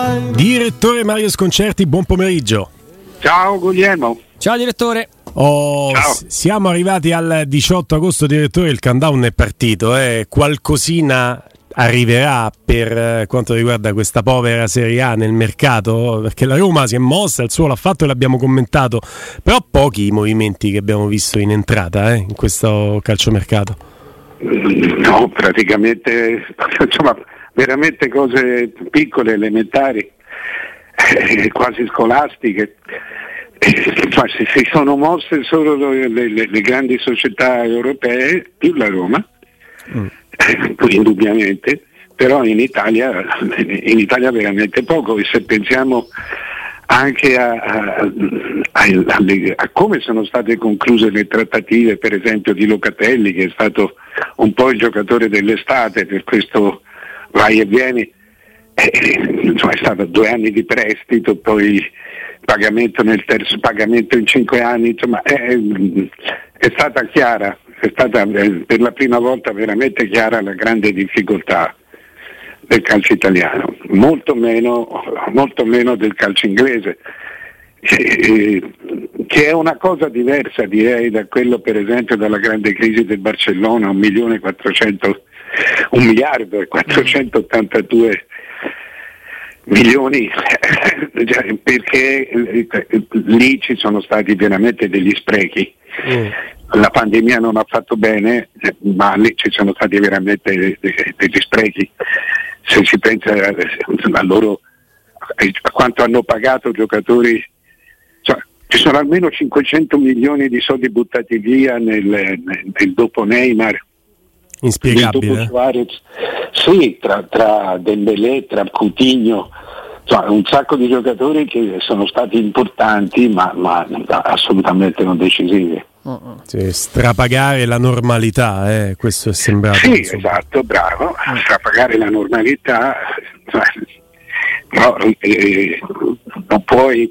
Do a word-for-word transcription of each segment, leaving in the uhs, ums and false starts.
Direttore Mario Sconcerti, buon pomeriggio. Ciao Guglielmo. Ciao direttore. Oh, Ciao. s- siamo arrivati al diciotto agosto, direttore, il countdown è partito, eh. Qualcosina arriverà per eh, quanto riguarda questa povera Serie A nel mercato, perché la Roma si è mossa, il suo l'ha fatto e l'abbiamo commentato, però pochi i movimenti che abbiamo visto in entrata eh, in questo calciomercato. No, praticamente, insomma, veramente cose piccole, elementari, eh, quasi scolastiche. Eh, cioè, si, si sono mosse solo le, le, le grandi società europee più la Roma, mm. eh, indubbiamente, però in Italia, in Italia veramente poco, e se pensiamo anche a, a, a, a, a come sono state concluse le trattative, per esempio di Locatelli, che è stato un po' il giocatore dell'estate per questo vai e vieni, eh, insomma, è stato due anni di prestito, poi pagamento nel terzo pagamento in cinque anni, insomma è, è stata chiara, è stata per la prima volta veramente chiara la grande difficoltà del calcio italiano, molto meno, molto meno del calcio inglese, eh, che è una cosa diversa, direi, da quello per esempio dalla grande crisi del Barcellona, un milione quattrocento, un miliardo e quattrocentottantadue milioni, perché lì ci sono stati veramente degli sprechi. Mm. La pandemia non ha fatto bene, ma lì ci sono stati veramente degli sprechi. Se si pensa a loro, a quanto hanno pagato giocatori, cioè, ci sono almeno cinquecento milioni di soldi buttati via nel, nel dopo Neymar. Inspiegabile. Suarez, sì, tra, tra Dembélé, tra Coutinho, cioè un sacco di giocatori che sono stati importanti ma, ma assolutamente non decisivi. Uh-uh. Sì, strapagare la normalità, eh, questo è sembrato. Sì, insomma. Esatto, bravo, uh. strapagare la normalità, no, eh, non puoi,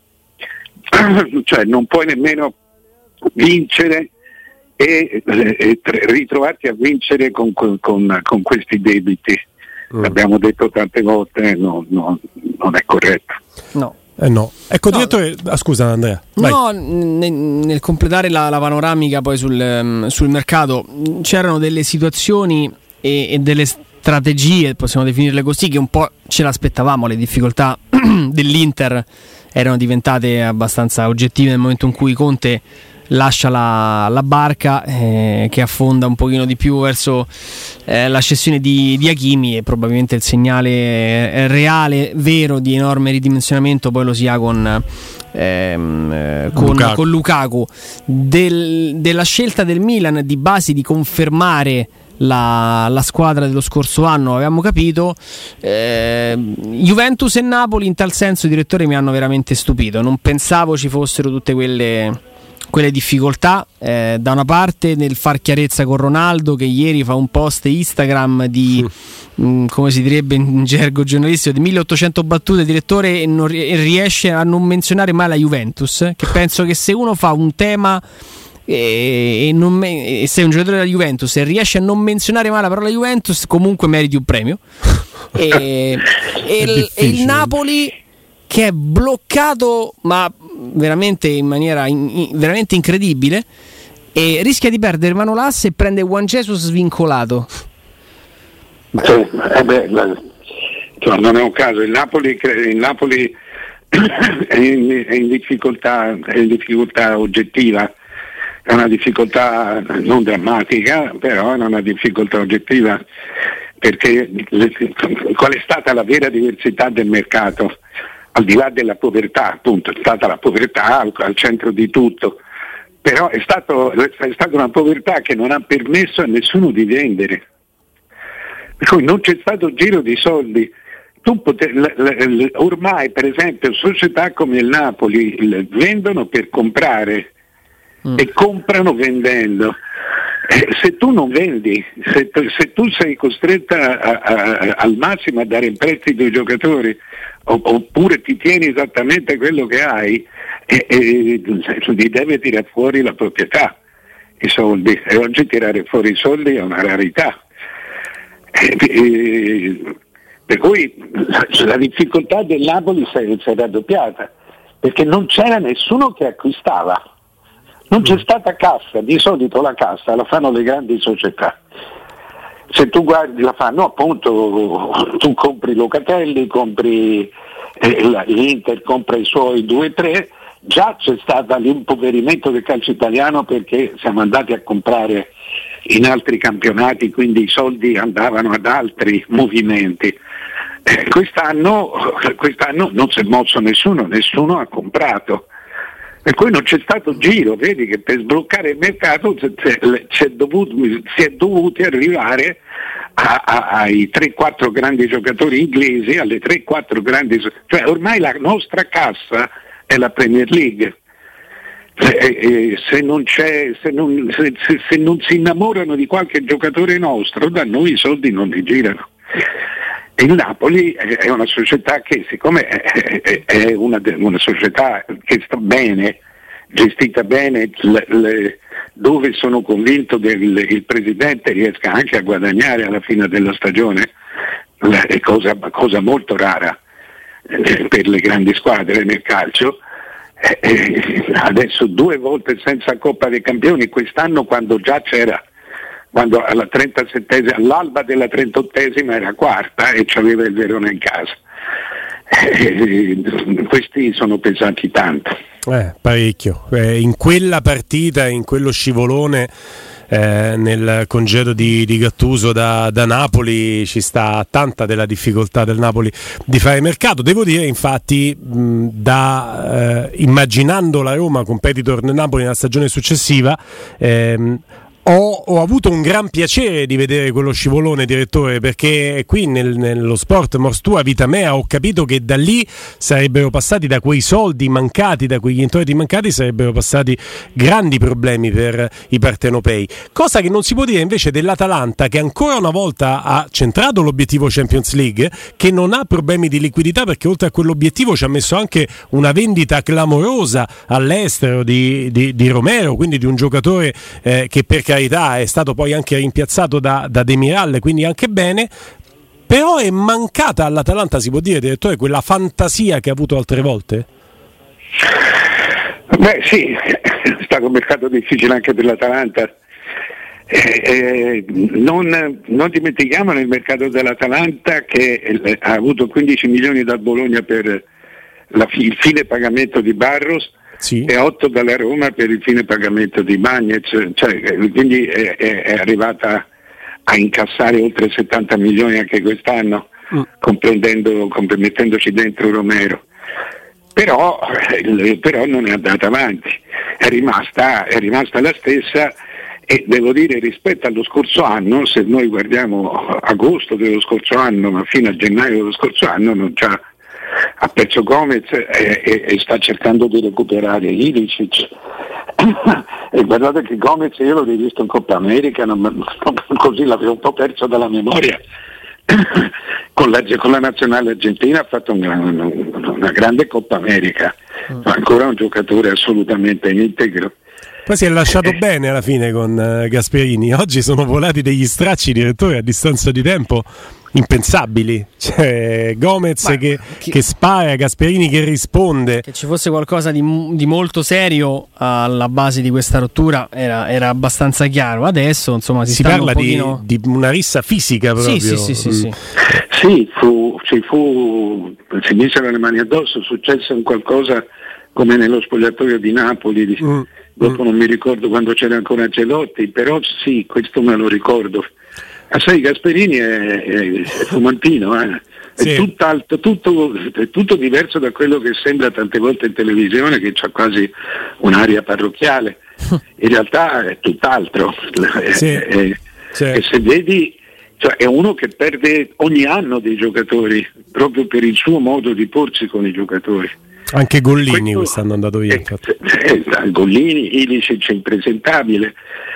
cioè non puoi nemmeno vincere e, e ritrovarti a vincere con, con, con questi debiti. Mm. Abbiamo detto tante volte, no, no, non è corretto. No. Eh no. Ecco, no. direttore, ah, scusa Andrea. Vai. No, nel, nel completare la, la panoramica poi sul, um, sul mercato c'erano delle situazioni e, e delle strategie, possiamo definirle così, che un po' ce l'aspettavamo. Le difficoltà dell'Inter erano diventate abbastanza oggettive nel momento in cui Conte lascia la, la barca eh, che affonda un pochino di più verso eh, la cessione di, di Hakimi, e probabilmente il segnale eh, reale, vero, di enorme ridimensionamento poi lo si ha con, ehm, con Lukaku, con Lukaku. Del, della scelta del Milan di base di confermare La, la squadra dello scorso anno, avevamo capito. eh, Juventus e Napoli in tal senso, direttore, mi hanno veramente stupito. Non pensavo ci fossero tutte quelle quelle difficoltà, eh, da una parte nel far chiarezza con Ronaldo, che ieri fa un post Instagram di mh, come si direbbe in gergo giornalistico, di milleottocento battute, direttore, e non e riesce a non menzionare mai la Juventus, che penso che se uno fa un tema e, e, non me, e sei un giocatore della Juventus e riesci a non menzionare mai la parola Juventus, comunque meriti un premio. e, e, il, e il Napoli che è bloccato, ma veramente in maniera in, in, veramente incredibile, e rischia di perdere Manolas e prende Juan Jesus svincolato. Sì, eh beh, cioè, non è un caso, il Napoli, il Napoli è, in, è in difficoltà, è in difficoltà oggettiva, è una difficoltà non drammatica, però è una difficoltà oggettiva, perché qual è stata la vera diversità del mercato? Al di là della povertà, appunto, è stata la povertà al, al centro di tutto, però è, stato, è stata una povertà che non ha permesso a nessuno di vendere, per cui non c'è stato giro di soldi. Tu pote, l, l, ormai, per esempio, società come il Napoli l, vendono per comprare mm. e comprano vendendo. Eh, se tu non vendi, se, se tu sei costretta a, a, al massimo a dare in prestito i giocatori, oppure ti tieni esattamente quello che hai, e, e li deve tirare fuori la proprietà, i soldi, e oggi tirare fuori i soldi è una rarità. E, e, Per cui la, la difficoltà del Napoli si è, si è raddoppiata, perché non c'era nessuno che acquistava, non c'è stata cassa. Di solito la cassa la fanno le grandi società, se tu guardi la fanno appunto, tu compri Locatelli, compri eh, l'Inter, compra i suoi due o tre. Già c'è stato l'impoverimento del calcio italiano perché siamo andati a comprare in altri campionati, quindi i soldi andavano ad altri movimenti. Eh, quest'anno, quest'anno non si è mosso nessuno, nessuno ha comprato, per cui non c'è stato giro. Vedi che per sbloccare il mercato c'è, c'è dovuto, si è dovuti arrivare a, a, ai tre quattro grandi giocatori inglesi, alle tre quattro grandi, cioè ormai la nostra cassa è la Premier League. Eh, eh, se, non c'è, se, non, se, se, se non si innamorano di qualche giocatore nostro, da noi i soldi non li girano. E il Napoli è una società che, siccome è, è una, una società che sta bene, gestita bene, le, le, dove sono convinto che il, il presidente riesca anche a guadagnare alla fine della stagione, è cosa, cosa molto rara eh, per le grandi squadre nel calcio. Eh, eh, adesso due volte senza Coppa dei Campioni, quest'anno quando già c'era, quando alla trentasettesima, all'alba della trentottesima era quarta e c'aveva il Verona in casa. Eh, questi sono pesati tanto. Eh, parecchio. Eh, in quella partita, in quello scivolone, eh, nel congedo di, di Gattuso da, da Napoli, ci sta tanta della difficoltà del Napoli di fare mercato. Devo dire, infatti, mh, da eh, immaginando la Roma competitor nel Napoli nella stagione successiva, ehm, Ho, ho avuto un gran piacere di vedere quello scivolone, direttore, perché qui nel, nello Sport Mors Tua Vita Mea ho capito che da lì sarebbero passati, da quei soldi mancati, da quegli introiti mancati, sarebbero passati grandi problemi per i partenopei, cosa che non si può dire invece dell'Atalanta, che ancora una volta ha centrato l'obiettivo Champions League, che non ha problemi di liquidità, perché oltre a quell'obiettivo ci ha messo anche una vendita clamorosa all'estero di, di, di Romero, quindi di un giocatore eh, che per carità è stato poi anche rimpiazzato da, da Demiral, quindi anche bene, però è mancata all'Atalanta, si può dire, direttore, quella fantasia che ha avuto altre volte? Beh sì, è stato un mercato difficile anche per l'Atalanta. Eh, eh, non, non dimentichiamo nel mercato dell'Atalanta che eh, ha avuto quindici milioni dal Bologna per la, il fine pagamento di Barros, sì, e otto dalla Roma per il fine pagamento di Bagnez, cioè, quindi è, è, è arrivata a incassare oltre settanta milioni anche quest'anno, mm. comprendendo, compromettendoci dentro Romero. Però, eh, però non è andata avanti, è rimasta, è rimasta la stessa, e devo dire, rispetto allo scorso anno, se noi guardiamo agosto dello scorso anno ma fino a gennaio dello scorso anno, non c'ha, ha perso Gomez e, e, e sta cercando di recuperare Ilicic. E guardate che Gomez io l'ho rivisto in Coppa America, non, non, così l'avevo un po' perso dalla memoria. Con la, con la nazionale argentina ha fatto un, un, una grande Coppa America, ma ancora un giocatore assolutamente integro. Poi si è lasciato eh. bene alla fine con uh, Gasperini. Oggi sono volati degli stracci, direttore, a distanza di tempo impensabili. C'è Gomez Ma, che, chi... che spara, Gasperini che risponde. Che ci fosse qualcosa di, di molto serio alla base di questa rottura era, era abbastanza chiaro. Adesso insomma si, si parla un pochino... di, di una rissa fisica proprio. Sì, sì, sì, sì, sì. Sì, fu, ci fu, si misero le mani addosso, successe un qualcosa come nello spogliatoio di Napoli, di, mm. dopo mm. non mi ricordo quando c'era ancora Ancelotti, però sì, questo me lo ricordo. Ah, sai, Gasperini è, è, è fumantino, eh? È, sì. tutt'altro, tutto, è tutto diverso da quello che sembra tante volte in televisione, che c'ha quasi un'aria parrocchiale. In realtà è tutt'altro. Sì. È, è, sì. E se vedi, cioè, è uno che perde ogni anno dei giocatori, proprio per il suo modo di porsi con i giocatori. Anche Gollini Questo, quest'anno è andato via. È, è, è, Gollini, Ilicic è impresentabile.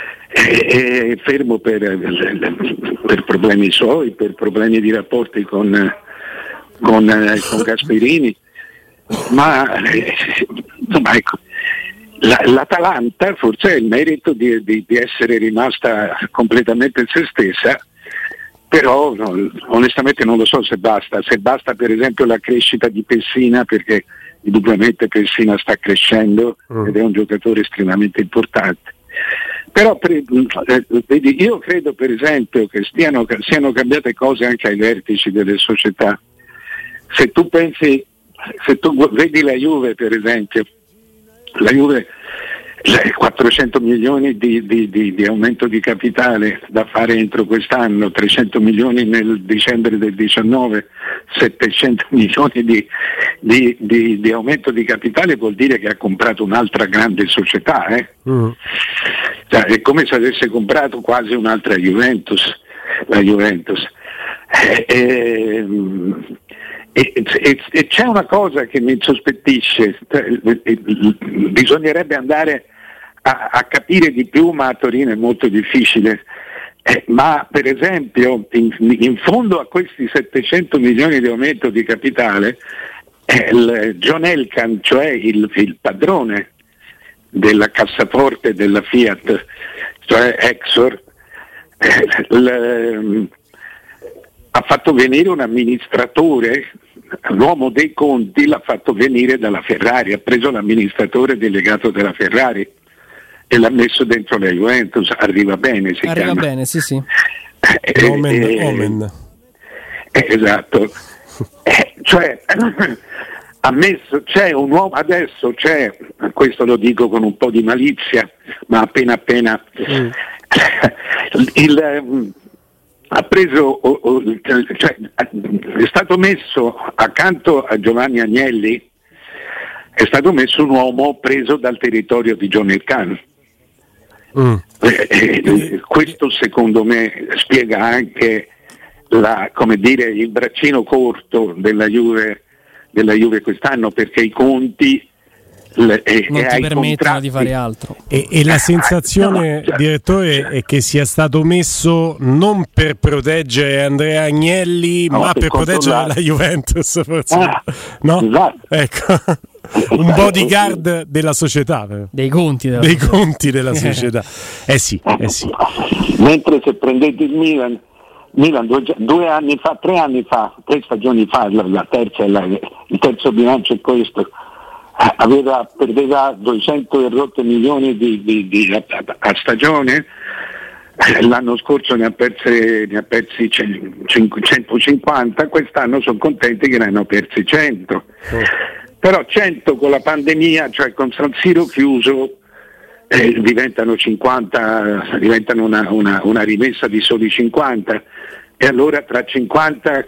È fermo per, per problemi suoi, per problemi di rapporti con, con, con Gasperini, ma insomma, ecco, la, l'Atalanta forse ha il merito di, di, di essere rimasta completamente se stessa però no, onestamente non lo so se basta, se basta per esempio la crescita di Pessina, perché indubbiamente Pessina sta crescendo mm. ed è un giocatore estremamente importante. Però per, eh, vedi, io credo per esempio che stiano, siano cambiate cose anche ai vertici delle società. Se tu pensi, se tu vedi la Juve per esempio, la Juve quattrocento milioni di, di, di, di aumento di capitale da fare entro quest'anno, trecento milioni nel dicembre del diciannove, settecento milioni di, di, di, di aumento di capitale, vuol dire che ha comprato un'altra grande società, eh? mm. Cioè, è come se avesse comprato quasi un'altra Juventus, la Juventus. E, e, e, e, e c'è una cosa che mi insospettisce, bisognerebbe andare a, a capire di più, ma a Torino è molto difficile. Eh, ma per esempio in, in fondo a questi settecento milioni di aumento di capitale, eh, il John Elkann, cioè il, il padrone della cassaforte della Fiat, cioè Exor, eh, l, ha fatto venire un amministratore, l'uomo dei conti l'ha fatto venire dalla Ferrari, ha preso l'amministratore delegato della Ferrari e l'ha messo dentro la Juventus. Arriva bene, si Arriva chiama. bene, sì sì. Eh, Omen, eh, Omen. Eh, esatto. Eh, cioè, ammesso, c'è un uomo, adesso c'è, questo lo dico con un po' di malizia, ma appena appena, mm. il... ha preso, cioè, è stato messo accanto a Giovanni Agnelli, è stato messo un uomo preso dal territorio di John Elkann. Mm. Eh, eh, questo secondo me spiega anche la, come dire, il braccino corto della Juve, della Juve quest'anno, perché i conti Le, e, non e ti permettono contratti. Di fare altro. E, e la sensazione, no, direttore, è che sia stato messo non per proteggere Andrea Agnelli, no, ma per, per proteggere la Juventus, forse. Ah, no? Esatto. Ecco. Un bodyguard della società, dei conti della dei società. conti della società. Eh sì, eh sì. Mentre se prendete il Milan, Milan due, due anni fa, tre anni fa, tre stagioni fa, la, la terza, la, il terzo bilancio è questo. Aveva, perdeva duecento e rotte milioni di, di, di, a, a stagione, l'anno scorso ne ha persi, ne ha persi centocinquanta, quest'anno sono contenti che ne hanno persi cento, oh. Però cento con la pandemia, cioè con San Siro chiuso, eh, diventano cinquanta, diventano una, una, una rimessa di soli cinquanta, e allora tra cinquanta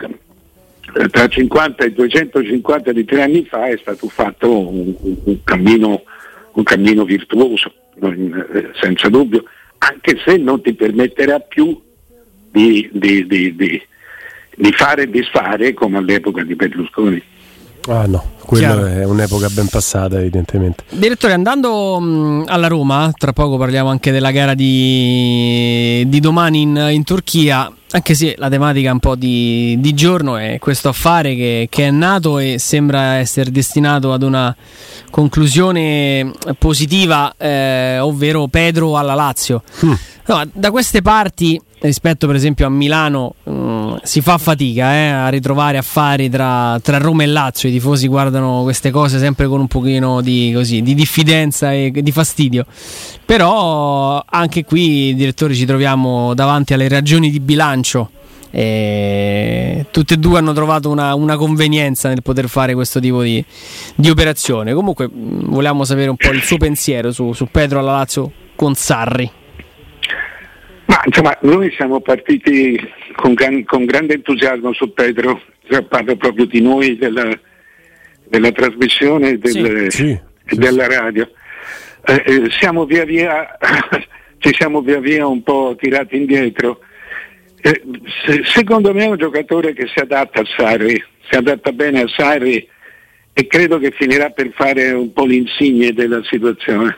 tra cinquanta e duecentocinquanta di tre anni fa è stato fatto un, un, un cammino un cammino virtuoso, senza dubbio, anche se non ti permetterà più di, di, di, di, di fare e disfare come all'epoca di Berlusconi. Ah no, quella Chiaro. È un'epoca ben passata evidentemente. Direttore, andando mh, alla Roma, tra poco parliamo anche della gara di, di domani in, in Turchia, anche se la tematica un po' di, di giorno è questo affare che, che è nato e sembra essere destinato ad una conclusione positiva, eh, ovvero Pedro alla Lazio. Mm. No, da queste parti, rispetto per esempio a Milano, mh, si fa fatica eh, a ritrovare affari tra, tra Roma e Lazio. I tifosi guardano queste cose sempre con un pochino di, così, di diffidenza e di fastidio. Però anche qui, direttore, ci troviamo davanti alle ragioni di bilancio. E tutte e due hanno trovato una, una convenienza nel poter fare questo tipo di, di operazione. Comunque mh, volevamo sapere un po' il suo pensiero su, su Pedro alla Lazio con Sarri. Ma insomma, noi siamo partiti con, gran, con grande entusiasmo su Pedro, cioè, parlo proprio di noi, della, della trasmissione e del, sì, sì, della sì. radio. Eh, eh, siamo via via, ci siamo via via un po' tirati indietro. Eh, se, secondo me è un giocatore che si adatta a Sarri, si adatta bene a Sarri e credo che finirà per fare un po' l'insigne della situazione.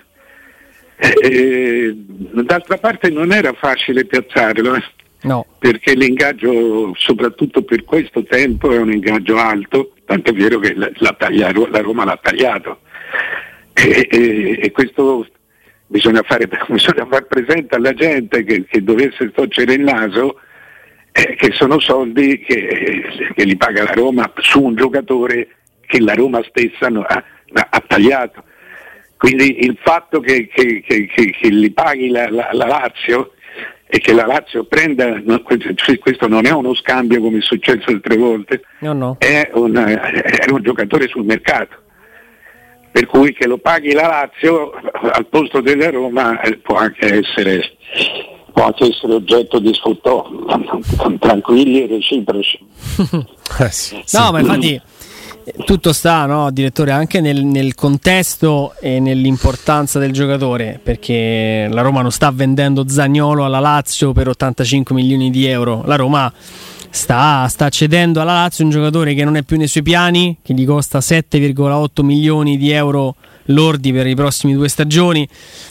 Eh, d'altra parte non era facile piazzarlo, eh? No. Perché l'ingaggio, soprattutto per questo tempo, è un ingaggio alto, tanto è vero che la, la, taglia, la Roma l'ha tagliato, e, e, e questo bisogna fare, bisogna far presente alla gente che, che dovesse storcere il naso, eh, che sono soldi che, che li paga la Roma su un giocatore che la Roma stessa no, ha, ha tagliato. Quindi il fatto che, che, che, che, che li paghi la, la, la Lazio e che la Lazio prenda, no, questo non è uno scambio come è successo altre volte, no, no. È, un, è un giocatore sul mercato, per cui che lo paghi la Lazio al posto della Roma eh, può anche essere può anche essere oggetto di sfottò, tranquilli e reciproci. eh sì, no, sì. ma infatti tutto sta, no, direttore, anche nel, nel contesto e nell'importanza del giocatore, perché la Roma non sta vendendo Zaniolo alla Lazio per ottantacinque milioni di euro. La Roma sta, sta cedendo alla Lazio un giocatore che non è più nei suoi piani, che gli costa sette virgola otto milioni di euro lordi per i prossimi due stagioni,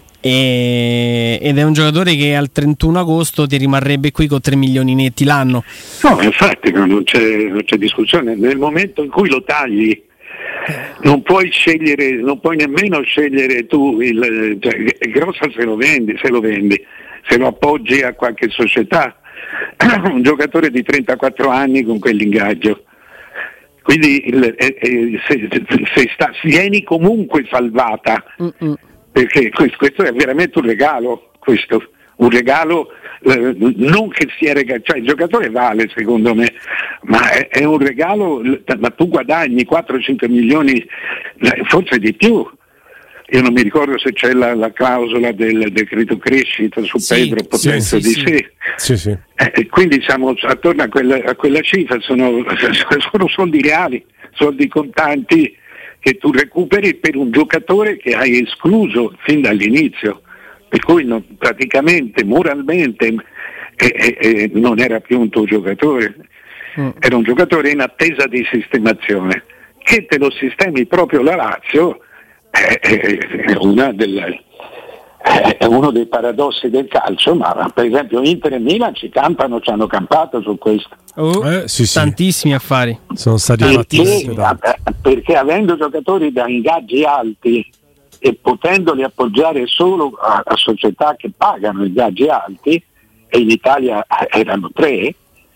e, ed è un giocatore che al trentuno agosto ti rimarrebbe qui con tre milioni netti l'anno. No, infatti non c'è, non c'è discussione. Nel momento in cui lo tagli non puoi scegliere, non puoi nemmeno scegliere tu il, cioè, è grossa se lo vendi, se lo vendi, se lo appoggi a qualche società, un giocatore di trentaquattro anni con quell'ingaggio. Quindi il, eh, eh, se, se sta, vieni comunque salvata. Mm-mm. Perché questo è veramente un regalo, questo, un regalo eh, non che sia regalo, cioè il giocatore vale secondo me, ma è, è un regalo, ma tu guadagni quattro cinque milioni, forse di più. Io non mi ricordo se c'è la, la clausola del decreto crescita su sì, Pedro, penso sì, di sì. sì. Sì, sì. Eh, quindi siamo attorno a quella, a quella cifra, sono, sono soldi reali, soldi contanti che tu recuperi per un giocatore che hai escluso fin dall'inizio, per cui non, praticamente moralmente eh, eh, eh, non era più un tuo giocatore, mm. era un giocatore in attesa di sistemazione. Che te lo sistemi proprio la Lazio è, è, è, una delle, è uno dei paradossi del calcio, ma per esempio Inter e Milan ci campano, ci hanno campato su questo. Oh, eh, sì, sì. Tantissimi affari sono stati perché, perché avendo giocatori da ingaggi alti e potendoli appoggiare solo a, a società che pagano ingaggi alti, e in Italia erano tre,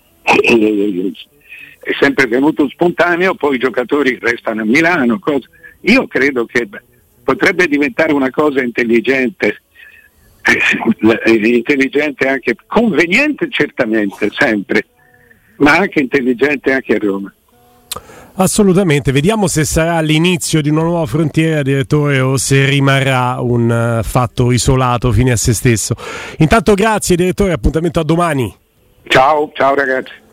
e, è sempre venuto spontaneo, poi i giocatori restano a Milano. Cosa. Io credo che potrebbe diventare una cosa intelligente, eh, intelligente anche, conveniente certamente, sempre, ma anche intelligente anche a Roma. Assolutamente, vediamo se sarà l'inizio di una nuova frontiera, direttore, o se rimarrà un uh, fatto isolato fine a se stesso. Intanto grazie direttore, appuntamento a domani. Ciao, ciao ragazzi.